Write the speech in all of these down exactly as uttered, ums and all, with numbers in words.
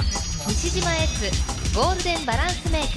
西島エッツゴールデンバランスメイク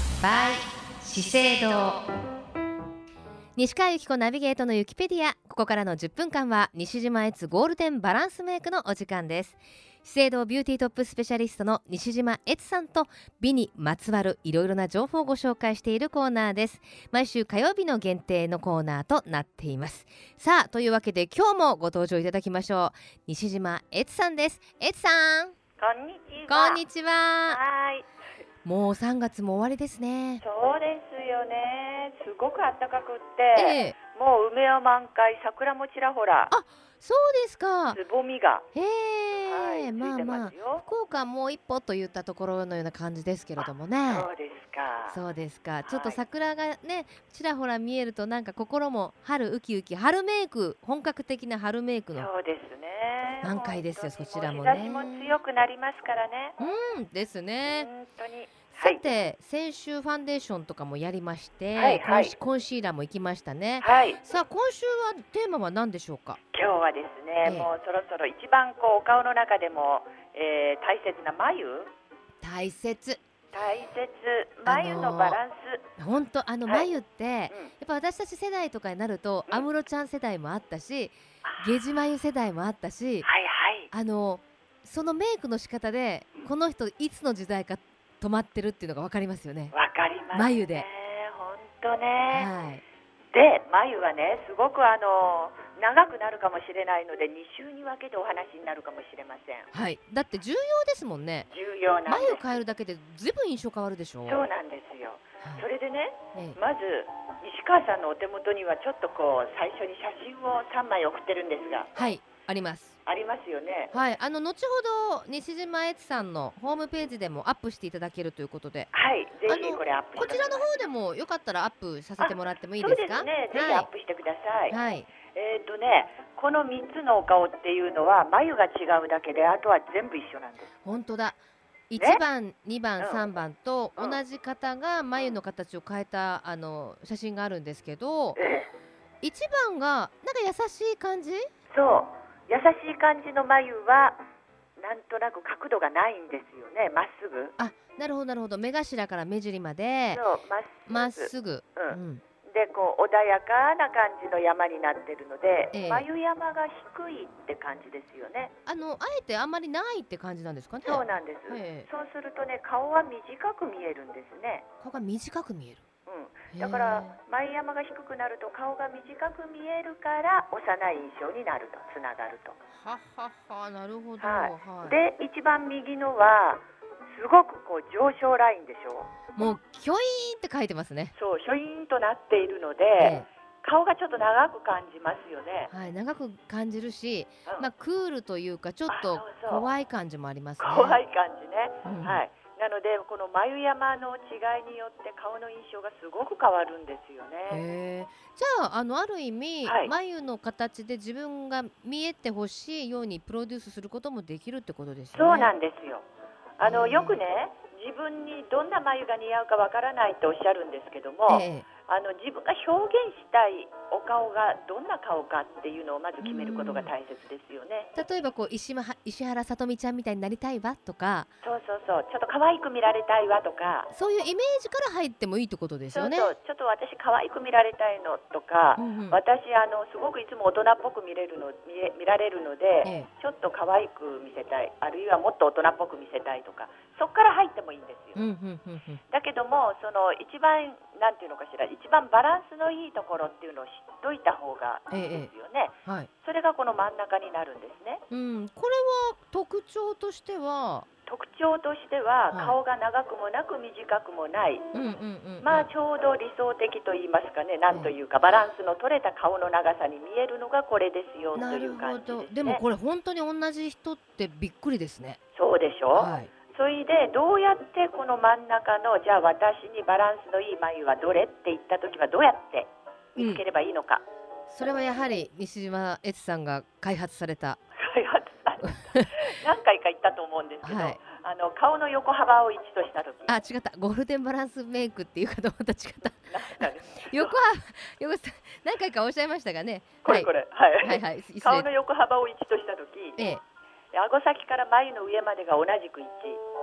by 資生堂。西川由紀子ナビゲートのユキペディア。ここからのじゅっぷんかんは西島エッツゴールデンバランスメイクのお時間です。資生堂ビューティートップスペシャリストの西島エツさんと美にまつわるいろいろな情報をご紹介しているコーナーです。毎週火曜日の限定のコーナーとなっています。さあ、というわけで今日もご登場いただきましょう。西島エツさんです。エツさん、 こんにちは。 こんにちは。 はい。 もうさんがつも終わりですね。 そうですよね。すごく暖かくって、 ええ、 もう梅は満開、桜もちらほら。 あ、そうですか。 つぼみが。 へえ、 はい、 まあついてままあすよ。 福岡もう一歩といったところのような感じですけれどもね。 そうですか。 そうですか。 はいちょっと桜がねちらほら見えるとなんか心も春ウキウキ、春メイク、本格的な春メイクのそうですね。 満開ですよ。そ本当にちらもね。 日差しも強くなりますからね。 うんですね。 本当に。 さて、先週ファンデーションとかもやりまして、 はいはいコンシコンシーラーも行きましたね。 はい。 さあ今週はテーマは何でしょうか。 今日はですね、 ええもうそろそろ一番こうお顔の中でも、えー大切な眉。 大切。 大切。眉のバランス。 本当あのはい眉って、 うんやっぱ私たち世代とかになるとうん安室ちゃん世代もあったし、ゲジ眉世代もあったし、 はいはい。 あのそのメイクの仕方でこの人いつの時代か止まってるっていうのが分かりますよね。 わかりますね。 眉で。 本当ね。 はい。 で、眉はね、すごくあの長くなるかもしれないので、に週に分けてお話になるかもしれません。 はい。だって重要ですもんね。 重要なんです。 眉変えるだけでずいぶん印象変わるでしょう。 そうなんですよ。 はいそれでね、 ええまず西川さんのお手元にはちょっとこう最初に写真をさんまい送ってるんですが、 はいあります。 ありますよね。 はい、あの後ほど西島エツさんのホームページでもアップしていただけるということで、 はい、ぜあのひこれアップしてこちらの方でもよかったらアップさせてもらってもいいですか。 そうですね、ぜひアップしてください。 はい、 えっとね、このみっつのお顔っていうのは眉が違うだけで、あとは全部一緒なんです。 本当だ。いちばん、にばん、 うんさんばんとうん同じ方が眉の形を変えたあの写真があるんですけど、 ええいちばんがなんか優しい感じ。 そう、優しい感じの眉はなんとなく角度がないんですよね、まっすぐ。 あ、なるほどなるほど。目頭から目尻までそう、ままっっすぐ。 すぐ。 ううんん。 で、こう穏やかな感じの山になってるので、 ええ眉山が低いって感じですよね。 あのあえてあんまりないって感じなんですかね。 そうなんです。 ええそうするとね、顔は短く見えるんですね。 顔が短く見える。 うん、だから眉山が低くなると顔が短く見えるから幼い印象になると、つながると。 はっはっは、なるほど。 はいはいで、一番右のはすごくこう上昇ラインでしょう。 もうキョイーンって書いてますね。 そう、ひょいーんとなっているので、 え顔がちょっと長く感じますよね。 えはい、長く感じるし、 うんまあクールというかちょっとあそうそう怖い感じもありますね。 怖い感じね、 うんはい。なのでこの眉山の違いによって顔の印象がすごく変わるんですよね。 へえ。じゃああのある意味、 はい眉の形で自分が見えてほしいようにプロデュースすることもできるってことですよね。 そうなんですよ。あのへえよくね、自分にどんな眉が似合うかわからないっておっしゃるんですけども、 ええあの自分が表現したいお顔がどんな顔かっていうのをまず決めることが大切ですよね。 例えばこう石間石原さとみちゃんみたいになりたいわとか、 そうそうそう、ちょっと可愛く見られたいわとか、 そういうイメージから入ってもいいってことですよね。 そうそう、ちょっと私可愛く見られたいのとか、 うんうん私あのすごくいつも大人っぽく見れるの見れ見られるので、 ええちょっと可愛く見せたい、あるいはもっと大人っぽく見せたいとか、そこから入ってもいいんですよ。 うんうんうんうんだけども、その一番なんていうのかしら、一番バランスのいいところっていうのを知っといた方がいいですよね。 はい。 それがこの真ん中になるんですね。 うん、これは特徴としては、 特徴としては、 はい顔が長くもなく短くもない、 うんうんうんうん、 まあちょうど理想的と言いますかね、なんというかバランスの取れた顔の長さに見えるのがこれですよとないるほう感じですど。 ね。 でもこれ本当に同じ人ってびっくりですね。 そうでしょ、 はい。 それでどうやってこの真ん中の、じゃあ私にバランスのいい眉はどれって言った時はどうやって見つければいいのか、 それはやはり西島悦さんが開発された。 開発された何回か言ったと思うんですけど、 はいあの顔の横幅をいちとした時、 あ、違った。ゴールデンバランスメイクっていうかと思った。違った。 なんです横幅、横さ何回かおっしゃいましたがね。 これこれ、はいはいはいはい。失礼顔の横幅をいちとした時、 ええ。 顎先から眉の上までが同じくいち、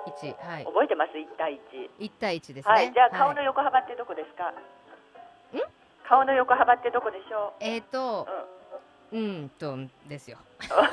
いち、はい、 覚えてます？いち対いち。 いち対いちですね。 はい、じゃあ顔はい、 の横幅ってどこですか？ ん顔の横幅ってどこでしょえっ、ー、とう？うん。 うんとですよ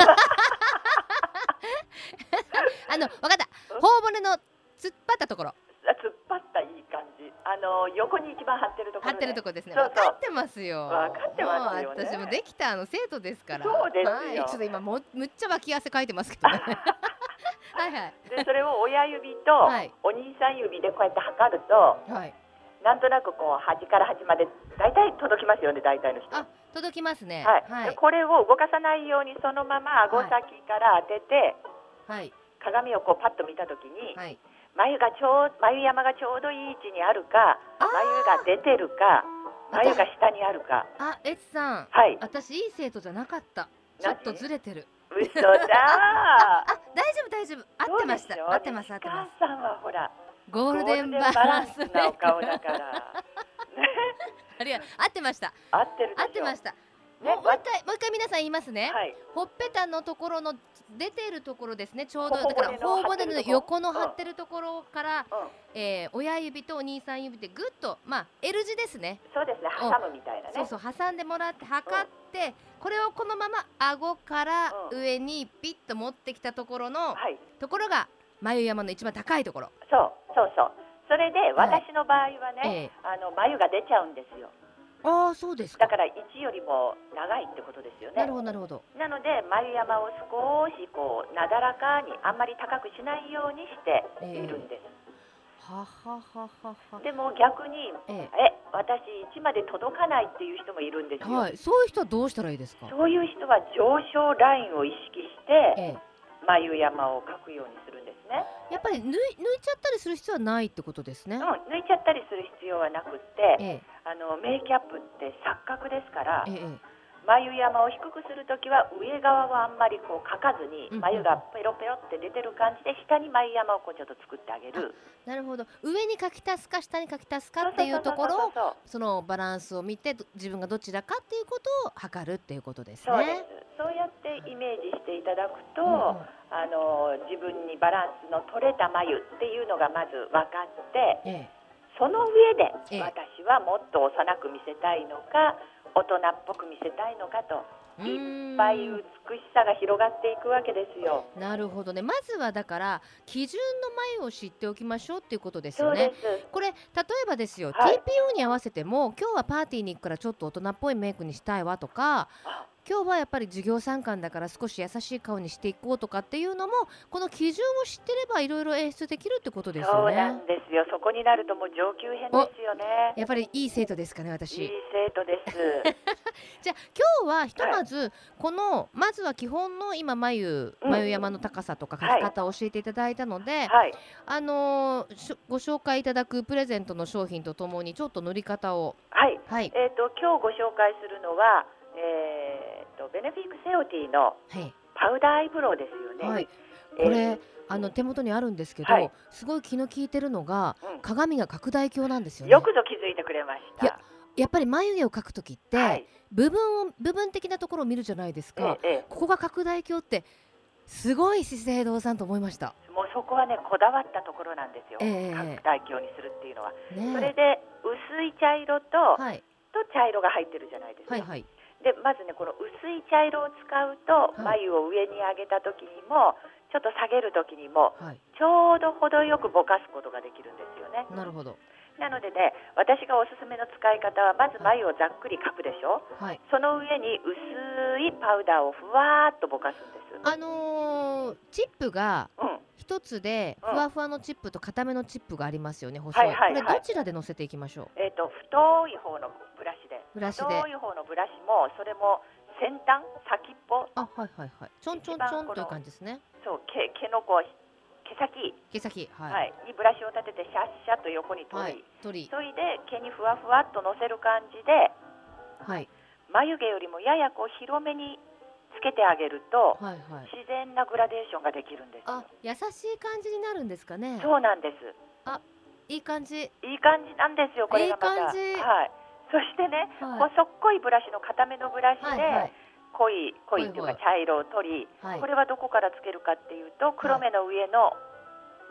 あのわかった、頬骨の突っ張ったところ、 突っ張ったいい感じ。あの横に一番張ってるところ、ね、 張ってるところですね。 そうそう。 分かってますよ。 分かってますよね。 もう私もできたあの生徒ですから。 そうですよ。 はい、ちょっと今もむっちゃ脇汗かいてますけどね。はいはい。 でそれを親指とお兄さん指でこうやって測ると、はい、なんとなくこう端から端まで大体届きますよね、大体の人。 あ、届きますね。 はい。はい、これを動かさないようにそのまま顎先から当てて、はい、鏡をこうパッと見たときに、はい、眉がちょう眉山がちょうどいい位置にあるか、眉が出てるか、眉が下にあるか。 あ、エツさん、 はい、 私いい生徒じゃなかった。ちょっとずれてる。 嘘だあ、大丈夫大丈夫、合ってました。合ってます合ってます。 さんはほらゴールデンバランスなお顔だからありがとう、合ってました。 合ってるでしょ。 合ってました。もう一回もう一回皆さん言いますね。はい、ほっぺたのところの出ているところですね。ちょうどだから頬骨の横の張ってるところから、うん、えー、親指とお兄さん指でぐっと、まあ L 字ですね。 そうですね。挟むみたいなね。 そうそう挟んでもらって測って、うん、これをこのまま顎から上にピッと持ってきたところの、はい、ところが眉山の一番高いところ。 そうそうそう。それで私の場合はね、はい、えー、あの眉が出ちゃうんですよ。 ああ、そうですか。 だからいちよりも長いってことですよね。 なるほどなるほど。 なので眉山を少しこうなだらかに、あんまり高くしないようにしているんです。 えー、ははははは。 でも逆に、えー、え私いちまで届かないっていう人もいるんですよ。 はい、そういう人はどうしたらいいですか？ そういう人は上昇ラインを意識して、えー、眉山を描くようにするんですね。 やっぱり抜い、抜いちゃったりする必要はないってことですね。 うん、抜いちゃったりする必要はなくって、ええ、あのメイキャップって錯覚ですから、ええ、眉山を低くするときは上側はあんまりこう描かずに、うん、眉がペロペロって出てる感じで下に眉山をこうちょっと作ってあげる。 なるほど。上に描き足すか下に描き足すかっていうところを、そのバランスを見て自分がどちらかっていうことを測るっていうことですね。 そうです。そうやってイメージしていただくと、うんうん、あの自分にバランスの取れた眉っていうのがまず分かって、ええ、その上で私はもっと幼く見せたいのか、大人っぽく見せたいのかと、いっぱい美しさが広がっていくわけですよ。 なるほどね。まずはだから基準の眉を知っておきましょうっていうことですよね。これ例えばですよ、はい、ティーピーオー に合わせても今日はパーティーに行くからちょっと大人っぽいメイクにしたいわとか、今日はやっぱり授業参観だから少し優しい顔にしていこうとかっていうのも、この基準を知ってればいろいろ演出できるってことですよね。 そうなんですよ。そこになるともう上級編ですよね。 やっぱりいい生徒ですかね、私。 いい生徒です。 じゃあ今日はひとまずこの、はい、まずは基本の今眉、うん、眉山の高さとか描き方を教えていただいたので、はい、あのー、ご紹介いただくプレゼントの商品とともにちょっと塗り方を。 はい。はい、えっと今日ご紹介するのは。えー、とベネフィックセオティのパウダーアイブロウですよね。はい、 これ、えー、あの手元にあるんですけど、はい、すごい気の利いてるのが、うん、鏡が拡大鏡なんですよね。 よくぞ気づいてくれました。 や, やっぱり眉毛を描くときって、はい、部分を部分的なところを見るじゃないですか。えーえー、ここが拡大鏡ってすごい資生堂さんと思いました。 もうそこはねこだわったところなんですよ、えー、拡大鏡にするっていうのは、ね、それで薄い茶色と、はい、と茶色が入ってるじゃないですか。はいはい、でまずねこの薄い茶色を使うと、はい、眉を上に上げた時にもちょっと下げる時にも、はい、ちょうど程よくぼかすことができるんですよね。 なるほど。 なのでね、私がおすすめの使い方はまず眉をざっくり描くでしょ、はい、その上に薄いパウダーをふわーっとぼかすんです。 あのー、チップが一つで、ふわふわのチップと固めのチップがありますよね、細い、はいはいはい、これどちらで乗せていきましょう。 えーと、太い方のブラシでブラシで太い方のブラシもそれも先端先っぽ、 あ、はいはいはい、ちょんちょんちょんという感じですね。 そう、毛、毛のこう毛先毛先、はい、 はい、にブラシを立ててシャッシャッと横に取り、はい、取りそれで毛にふわふわっと乗せる感じで、はい、眉毛よりもややこう広めにつけてあげると、はいはい、自然なグラデーションができるんです。 あ、優しい感じになるんですかね。 そうなんです。 あ、いい感じ。 いい感じなんですよ、これがまた。いい感じ。はい。そしてね、はい、細っこいブラシの固めのブラシで、はいはい、濃い濃いっていうか茶色を取り、はい、これはどこからつけるかっていうと、黒目の上の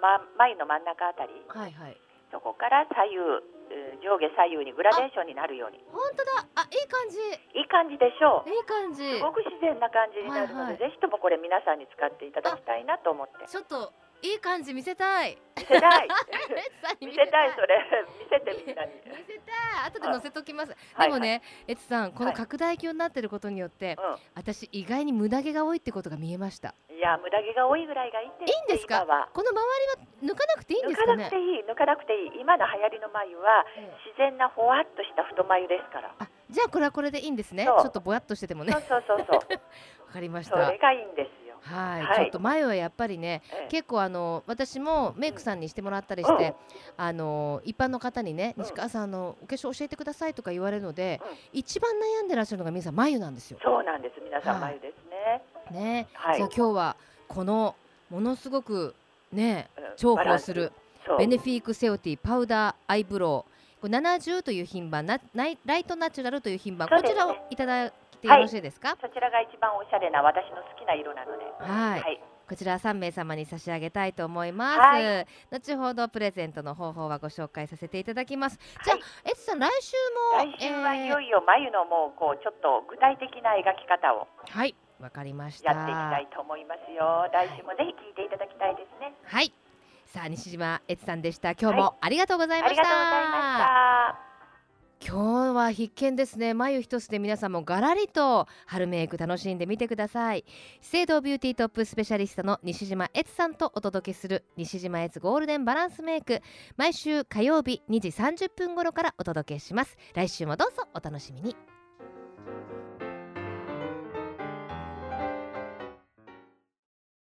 ま、眉の真ん中あたり、 はいはい、 そこから左右、上下左右にグラデーションになるように。 本当だ、あ、いい感じ、 いい感じでしょう。 いい感じ、 すごく自然な感じになるので、はいはい、ぜひともこれ皆さんに使っていただきたいなと思って。 ちょっといい感じ見せたい。 見せたい。見せたい、それ見せてみんなに。 見せたい。後で載せときます。でもね、エツさん、この拡大鏡になってることによって、私意外に無駄毛が多いってことが見えました。 いや、無駄毛が多いぐらいがいいんです。 いいんですか？この周りは抜かなくていいんですかね？ 抜かなくていい、抜かなくていい。今の流行りの眉は自然なほわっとした太眉ですから。 あ、じゃあこれはこれでいいんですね。ちょっとぼやっとしててもね。 そうそうそうそう。 わかりました。 それがいいんですよ。 はい、はい、ちょっと前はやっぱりね、ええ、結構あの私もメイクさんにしてもらったりして、うん、あの一般の方にね、うん、西川さんあのお化粧教えてくださいとか言われるので、うん、一番悩んでらっしゃるのが皆さん眉なんですよ。 そうなんです、皆さん眉ですね。 はい、ね、はい、じゃあ今日はこのものすごくね、重宝するベネフィークセオティパウダーアイブロウ、これななじゅうという品番、なライトナチュラルという品番、こちらをいただいてよろしいですか？はい、 そちらが一番おしゃれな私の好きな色なので、 はい、はい、こちらさんめいさまに差し上げたいと思います。はい、後ほどプレゼントの方法はご紹介させていただきます。はい、じゃあエツさん、来週も来週はいよいよ眉のもうこうちょっと具体的な描き方を、 はい、わかりました。 やっていきたいと思いますよ。来週もぜひ聞いていただきたいですね。 はい、さあ西島エツさんでした。今日もありがとうございました。 はい、ありがとうございました。 今日は必見ですね。眉一つで皆さんもガラリと春メイク楽しんでみてください。資生堂ビューティートップスペシャリストの西島悦さんとお届けする西島悦ゴールデンバランスメイク、毎週火曜日にじさんじゅっぷん頃からお届けします。来週もどうぞお楽しみに。